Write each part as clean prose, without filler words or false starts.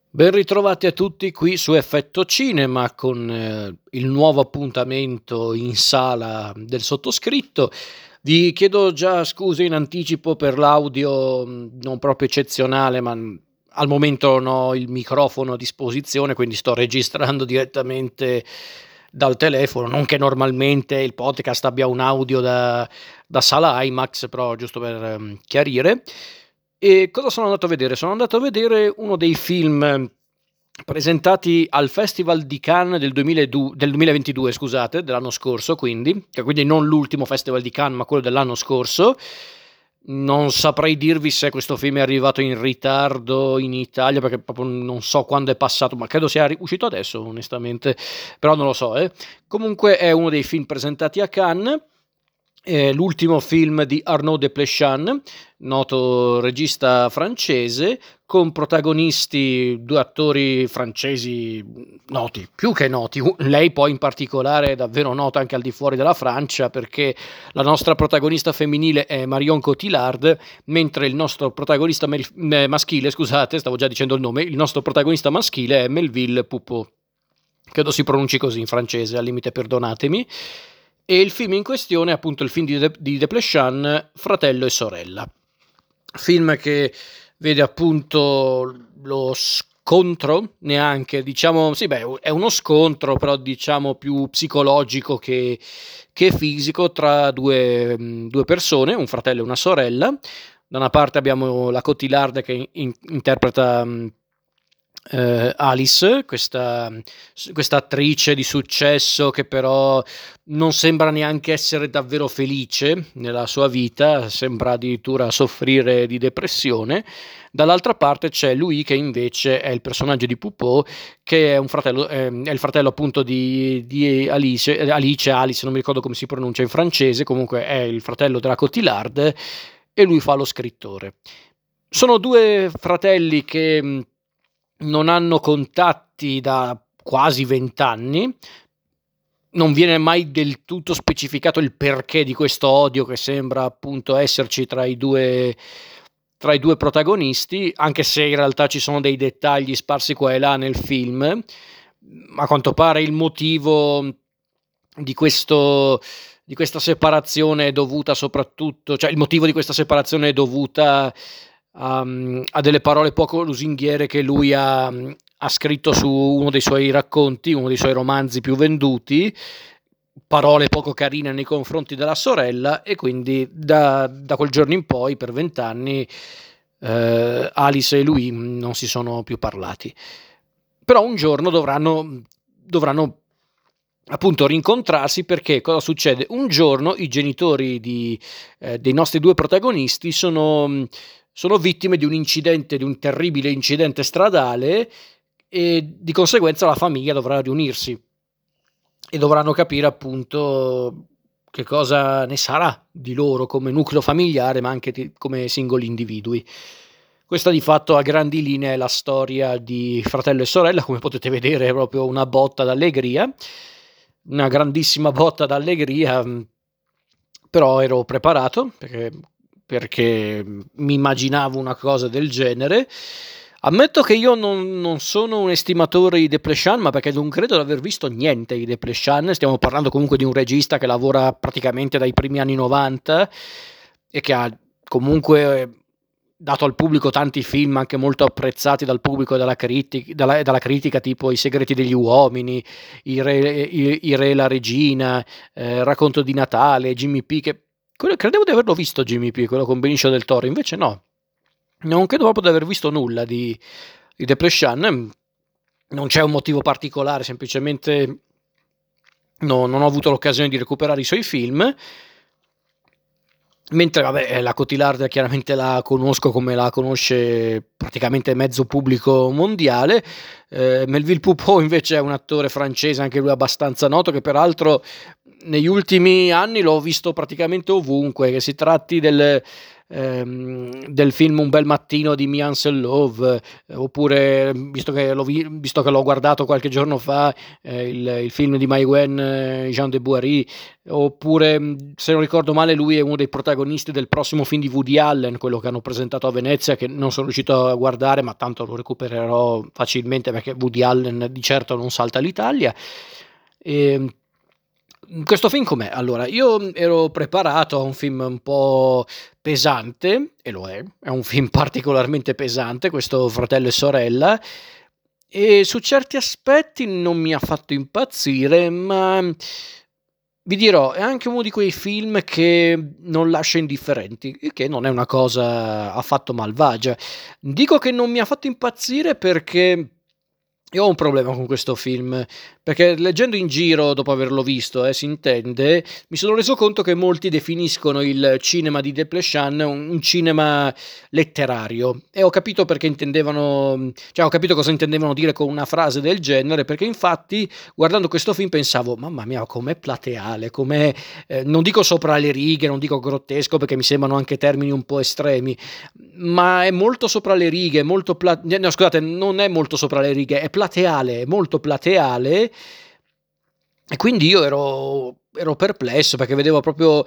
Ben ritrovati a tutti qui su Effetto Cinema con il nuovo appuntamento in sala del sottoscritto. Vi chiedo già scuse in anticipo per l'audio non proprio eccezionale, ma al momento non ho il microfono a disposizione, quindi sto registrando direttamente dal telefono. Non che normalmente il podcast abbia un audio da sala IMAX, però giusto per chiarire. E cosa sono andato a vedere? Sono andato a vedere uno dei film presentati al Festival di Cannes del 2022, scusate, dell'anno scorso, quindi non l'ultimo Festival di Cannes, ma quello dell'anno scorso. Non saprei dirvi se questo film è arrivato in ritardo in Italia, perché proprio non so quando è passato, ma credo sia uscito adesso, onestamente, però non lo so. Comunque è uno dei film presentati a Cannes. L'ultimo film di Arnaud Desplechin, noto regista francese, con protagonisti due attori francesi noti, più che noti. Lei poi in particolare è davvero nota anche al di fuori della Francia, perché la nostra protagonista femminile è Marion Cotillard, mentre il nostro protagonista maschile, scusate, stavo già dicendo il nome, il nostro protagonista maschile è Melville Poupeau. Credo si pronunci così in francese, al limite perdonatemi. E il film in questione è appunto il film di Desplechin, Fratello e sorella. Film che vede appunto lo scontro, neanche, diciamo, sì, beh, è uno scontro, però diciamo più psicologico che fisico, tra due persone, un fratello e una sorella. Da una parte abbiamo la Cotillard che interpreta Alice, questa attrice di successo che però non sembra neanche essere davvero felice nella sua vita, sembra addirittura soffrire di depressione. Dall'altra parte c'è Louis, che invece è il personaggio di Poupeau, che è un fratello, è il fratello appunto di Alice, non mi ricordo come si pronuncia in francese, comunque è il fratello della Cotillard, e lui fa lo scrittore. Sono due fratelli che non hanno contatti da quasi 20 anni. Non viene mai del tutto specificato il perché di questo odio che sembra appunto esserci tra i due protagonisti, anche se in realtà ci sono dei dettagli sparsi qua e là nel film. A quanto pare il motivo di questa separazione è dovuta soprattutto, cioè il motivo di questa separazione è dovuta a delle parole poco lusinghiere che lui ha scritto su uno dei suoi racconti, uno dei suoi romanzi più venduti, parole poco carine nei confronti della sorella, e quindi da quel giorno in poi per 20 anni Alice e lui non si sono più parlati. Però un giorno dovranno appunto rincontrarsi, perché cosa succede? Un giorno i genitori dei nostri due protagonisti sono vittime di un incidente, di un terribile incidente stradale, e di conseguenza la famiglia dovrà riunirsi e dovranno capire appunto che cosa ne sarà di loro come nucleo familiare, ma anche come singoli individui. Questa di fatto a grandi linee è la storia di Fratello e sorella. Come potete vedere è proprio una botta d'allegria, una grandissima botta d'allegria, però ero preparato perché mi immaginavo una cosa del genere. Ammetto che io non sono un estimatore di Desplechin, ma perché non credo di aver visto niente di Desplechin. Stiamo parlando comunque di un regista che lavora praticamente dai primi anni 90 e che ha comunque dato al pubblico tanti film anche molto apprezzati dal pubblico e dalla critica, tipo I segreti degli uomini, I re e la regina, Racconto di Natale, Jimmy P, che credevo di averlo visto Jimmy P, quello con Benicio del Toro, invece no. Non credo proprio di aver visto nulla di Desplechin. Non c'è un motivo particolare, semplicemente non ho avuto l'occasione di recuperare i suoi film. Mentre vabbè, la Cotillard chiaramente la conosco come la conosce praticamente mezzo pubblico mondiale. Melville Poupeau invece è un attore francese, anche lui abbastanza noto, che peraltro negli ultimi anni l'ho visto praticamente ovunque, che si tratti del film Un bel mattino di Me Ansel Love, oppure visto che l'ho guardato qualche giorno fa, il film di Mai Wen, Jean de Boiry, oppure se non ricordo male lui è uno dei protagonisti del prossimo film di Woody Allen, quello che hanno presentato a Venezia, che non sono riuscito a guardare, ma tanto lo recupererò facilmente perché Woody Allen di certo non salta l'Italia. E questo film com'è? Allora, io ero preparato a un film un po' pesante, e lo è un film particolarmente pesante, questo Fratello e sorella, e su certi aspetti non mi ha fatto impazzire, ma vi dirò, è anche uno di quei film che non lascia indifferenti, il che non è una cosa affatto malvagia. Dico che non mi ha fatto impazzire perché io ho un problema con questo film, perché leggendo in giro dopo averlo visto, si intende, mi sono reso conto che molti definiscono il cinema di Desplechin un cinema letterario, e ho capito perché intendevano, cioè ho capito cosa intendevano dire con una frase del genere, perché infatti guardando questo film pensavo, mamma mia, com'è plateale, com'è, non dico sopra le righe, non dico grottesco perché mi sembrano anche termini un po' estremi, ma è molto sopra le righe, no, scusate, non è molto sopra le righe, è plateale, è molto plateale, e quindi io ero perplesso perché vedevo proprio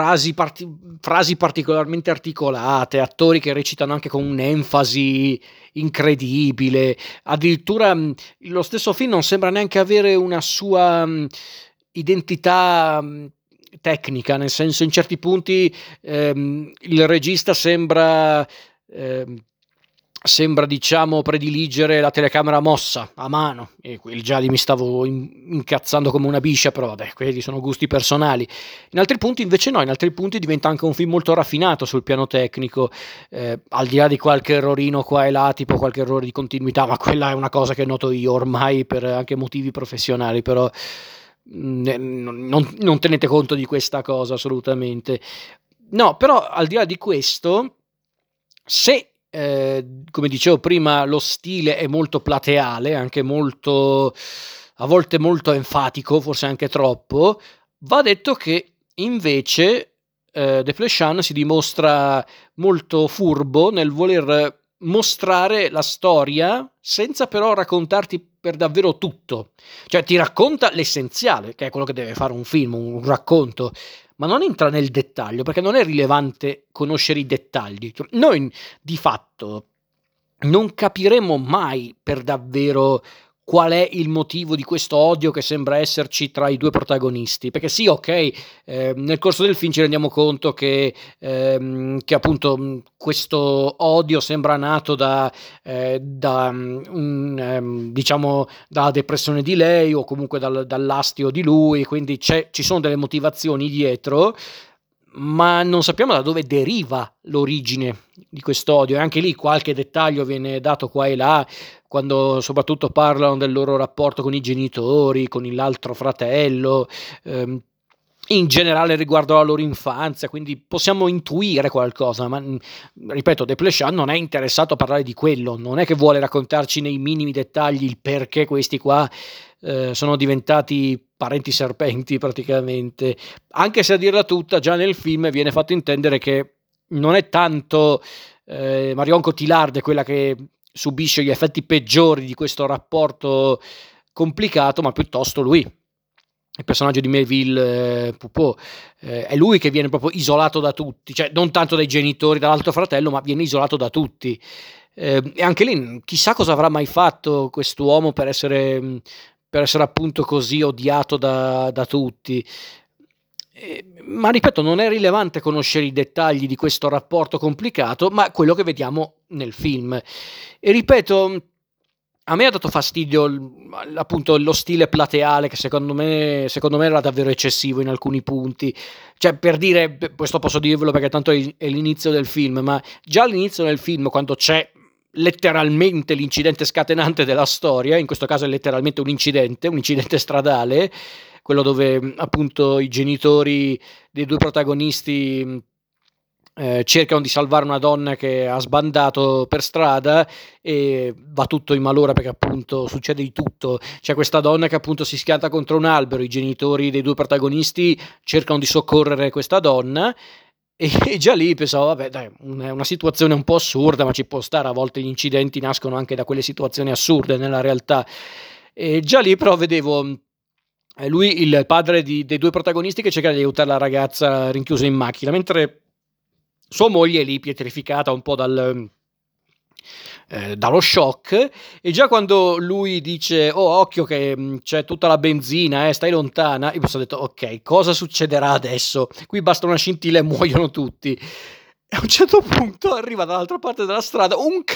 frasi particolarmente articolate, attori che recitano anche con un'enfasi incredibile, addirittura lo stesso film non sembra neanche avere una sua identità tecnica, nel senso in certi punti il regista ehm, sembra diciamo prediligere la telecamera mossa a mano, e già lì mi stavo incazzando come una biscia, però vabbè, quelli sono gusti personali. In altri punti invece no, in altri punti diventa anche un film molto raffinato sul piano tecnico, al di là di qualche errorino qua e là, tipo qualche errore di continuità, ma quella è una cosa che noto io ormai per anche motivi professionali, però non tenete conto di questa cosa assolutamente. No, però al di là di questo, se come dicevo prima, lo stile è molto plateale, anche molto, a volte molto enfatico, forse anche troppo, va detto che invece Desplechin si dimostra molto furbo nel voler mostrare la storia senza però raccontarti per davvero tutto. Cioè ti racconta l'essenziale, che è quello che deve fare un film, un racconto, ma non entra nel dettaglio, perché non è rilevante conoscere i dettagli. Cioè, noi di fatto non capiremo mai per davvero qual è il motivo di questo odio che sembra esserci tra i due protagonisti, perché sì, ok, nel corso del film ci rendiamo conto che appunto questo odio sembra nato diciamo dalla depressione di lei, o comunque dall'astio di lui, quindi ci sono delle motivazioni dietro, ma non sappiamo da dove deriva l'origine di quest'odio, e anche lì qualche dettaglio viene dato qua e là, quando soprattutto parlano del loro rapporto con i genitori, con l'altro fratello, in generale riguardo alla loro infanzia, quindi possiamo intuire qualcosa, ma ripeto, Desplechin non è interessato a parlare di quello, non è che vuole raccontarci nei minimi dettagli il perché questi qua sono diventati parenti serpenti praticamente, anche se a dirla tutta già nel film viene fatto intendere che non è tanto Marion Cotillard è quella che subisce gli effetti peggiori di questo rapporto complicato, ma piuttosto lui, il personaggio di Melville Poupeau, è lui che viene proprio isolato da tutti, cioè non tanto dai genitori, dall'altro fratello, ma viene isolato da tutti. E anche lì chissà cosa avrà mai fatto quest'uomo per essere appunto così odiato da tutti. Ma ripeto, non è rilevante conoscere i dettagli di questo rapporto complicato, ma quello che vediamo nel film. E ripeto, a me ha dato fastidio appunto lo stile plateale, che secondo me era davvero eccessivo in alcuni punti. Cioè, per dire, questo posso dirvelo perché tanto è l'inizio del film, ma già all'inizio del film, quando c'è letteralmente l'incidente scatenante della storia, in questo caso è letteralmente un incidente stradale, quello dove appunto i genitori dei due protagonisti cercano di salvare una donna che ha sbandato per strada, e va tutto in malora perché appunto succede di tutto. C'è questa donna che appunto si schianta contro un albero, i genitori dei due protagonisti cercano di soccorrere questa donna, e già lì pensavo: "Vabbè dai, è una situazione un po' assurda, ma ci può stare, a volte gli incidenti nascono anche da quelle situazioni assurde nella realtà". E già lì però vedevo, lui il padre dei 2 protagonisti che cerca di aiutare la ragazza rinchiusa in macchina, mentre sua moglie è lì pietrificata un po' dallo shock, e già quando lui dice: "Oh, occhio che, c'è tutta la benzina, stai lontana", io mi son detto: "Okay, cosa succederà adesso? Qui basta una scintilla e muoiono tutti". E a un certo punto arriva dall'altra parte della strada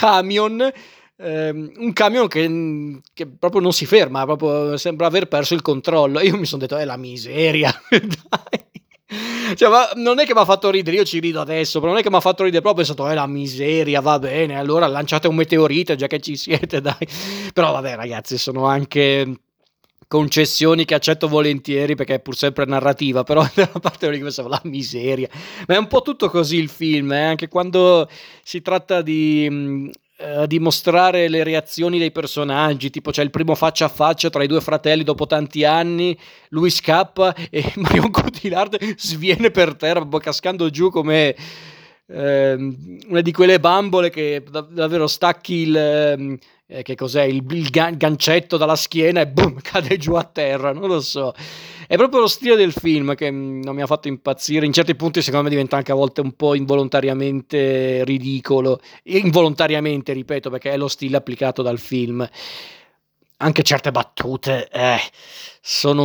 un camion che proprio non si ferma, proprio sembra aver perso il controllo. E io mi son detto: la miseria, dai". Cioè, ma non è che m'ha fatto ridere, io ci rido adesso, però non è che m'ha fatto ridere, però ho pensato: la miseria, va bene, allora lanciate un meteorite già che ci siete, dai". Però vabbè ragazzi, sono anche concessioni che accetto volentieri perché è pur sempre narrativa, però da parte lì pensavo: "La miseria". Ma è un po' tutto così il film, anche quando si tratta di mostrare le reazioni dei personaggi, tipo c'è il primo faccia a faccia tra i 2 fratelli dopo tanti anni, lui scappa e Marion Cotillard sviene per terra, proprio cascando giù come, una di quelle bambole che davvero stacchi che cos'è, il gancetto dalla schiena e boom, cade giù a terra, non lo so. È proprio lo stile del film che, non mi ha fatto impazzire. In certi punti secondo me diventa anche a volte un po' involontariamente ridicolo. Involontariamente, ripeto, perché è lo stile applicato dal film. Anche certe battute, sono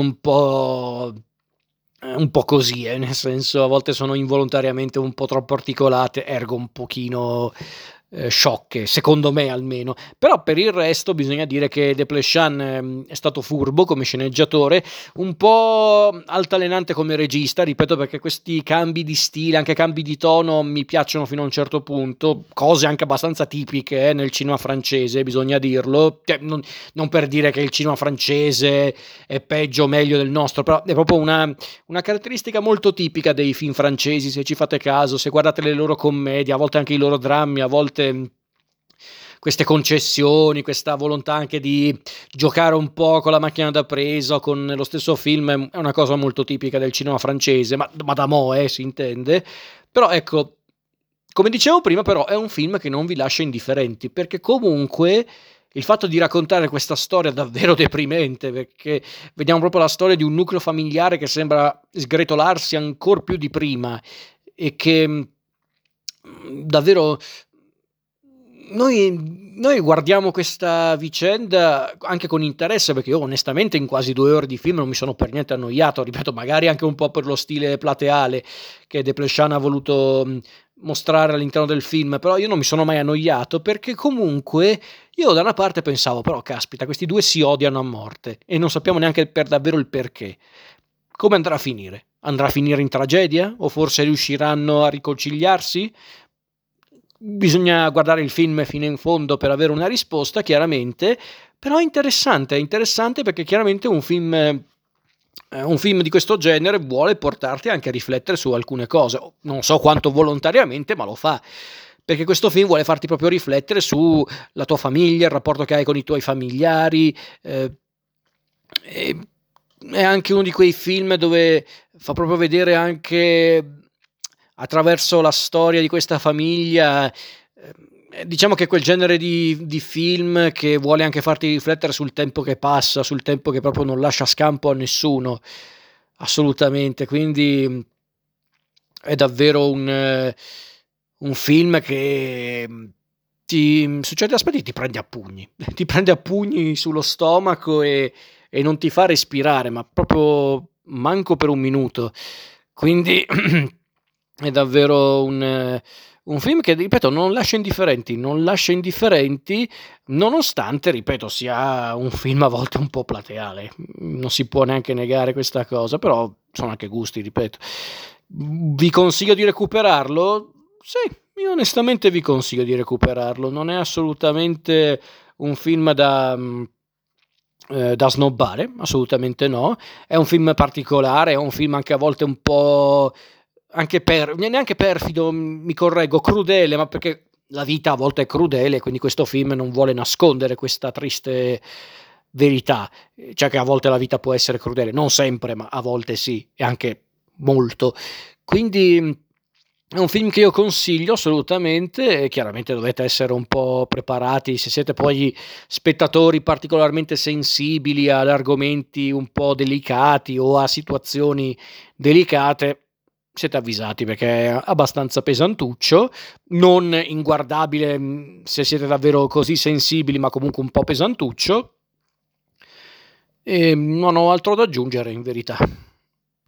un po' così, nel senso a volte sono involontariamente un po' troppo articolate, ergo un pochino, sciocche, secondo me almeno. Però per il resto bisogna dire che Desplechin, è stato furbo come sceneggiatore, un po' altalenante come regista, ripeto, perché questi cambi di stile, anche cambi di tono mi piacciono fino a un certo punto, cose anche abbastanza tipiche, nel cinema francese, bisogna dirlo. Cioè non per dire che il cinema francese è peggio o meglio del nostro, però è proprio una caratteristica molto tipica dei film francesi, se ci fate caso, se guardate le loro commedie, a volte anche i loro drammi, a volte, queste concessioni, questa volontà anche di giocare un po' con la macchina da presa, con lo stesso film, è una cosa molto tipica del cinema francese, ma da mo', si intende. Però ecco, come dicevo prima però è un film che non vi lascia indifferenti, perché comunque il fatto di raccontare questa storia davvero deprimente, perché vediamo proprio la storia di un nucleo familiare che sembra sgretolarsi ancor più di prima e che, davvero noi guardiamo questa vicenda anche con interesse, perché io onestamente in quasi 2 ore di film non mi sono per niente annoiato, ripeto, magari anche un po' per lo stile plateale che Desplechin ha voluto, mostrare all'interno del film, però io non mi sono mai annoiato, perché comunque io da una parte pensavo: "Però caspita, questi 2 si odiano a morte e non sappiamo neanche per davvero il perché. Come andrà a finire? Andrà a finire in tragedia? O forse riusciranno a riconciliarsi?" Bisogna guardare il film fino in fondo per avere una risposta chiaramente, però è interessante perché chiaramente un film di questo genere vuole portarti anche a riflettere su alcune cose. Non so quanto volontariamente, ma lo fa. Perché questo film vuole farti proprio riflettere su la tua famiglia, il rapporto che hai con i tuoi familiari, e è anche uno di quei film dove fa proprio vedere anche attraverso la storia di questa famiglia, diciamo che quel genere di film che vuole anche farti riflettere sul tempo che passa, sul tempo che proprio non lascia scampo a nessuno, assolutamente. Quindi, è davvero un film che, su certi aspetti ti prende a pugni, ti prende a pugni sullo stomaco e non ti fa respirare, ma proprio manco per un minuto. Quindi è davvero un film che, ripeto, non lascia indifferenti, nonostante, ripeto, sia un film a volte un po' plateale. Non si può neanche negare questa cosa, però sono anche gusti, ripeto. Vi consiglio di recuperarlo? Sì, io onestamente vi consiglio di recuperarlo. Non è assolutamente un film da snobbare, assolutamente no. È un film particolare, è un film anche a volte un po' anche neanche perfido, mi correggo, crudele, ma perché la vita a volte è crudele, quindi questo film non vuole nascondere questa triste verità, cioè che a volte la vita può essere crudele, non sempre, ma a volte sì, e anche molto. Quindi È un film che io consiglio assolutamente, e chiaramente dovete essere un po' preparati se siete poi spettatori particolarmente sensibili ad argomenti un po' delicati o a situazioni delicate, siete avvisati perché è abbastanza pesantuccio, non inguardabile, se siete davvero così sensibili, ma comunque un po' pesantuccio. Non ho altro da aggiungere in verità.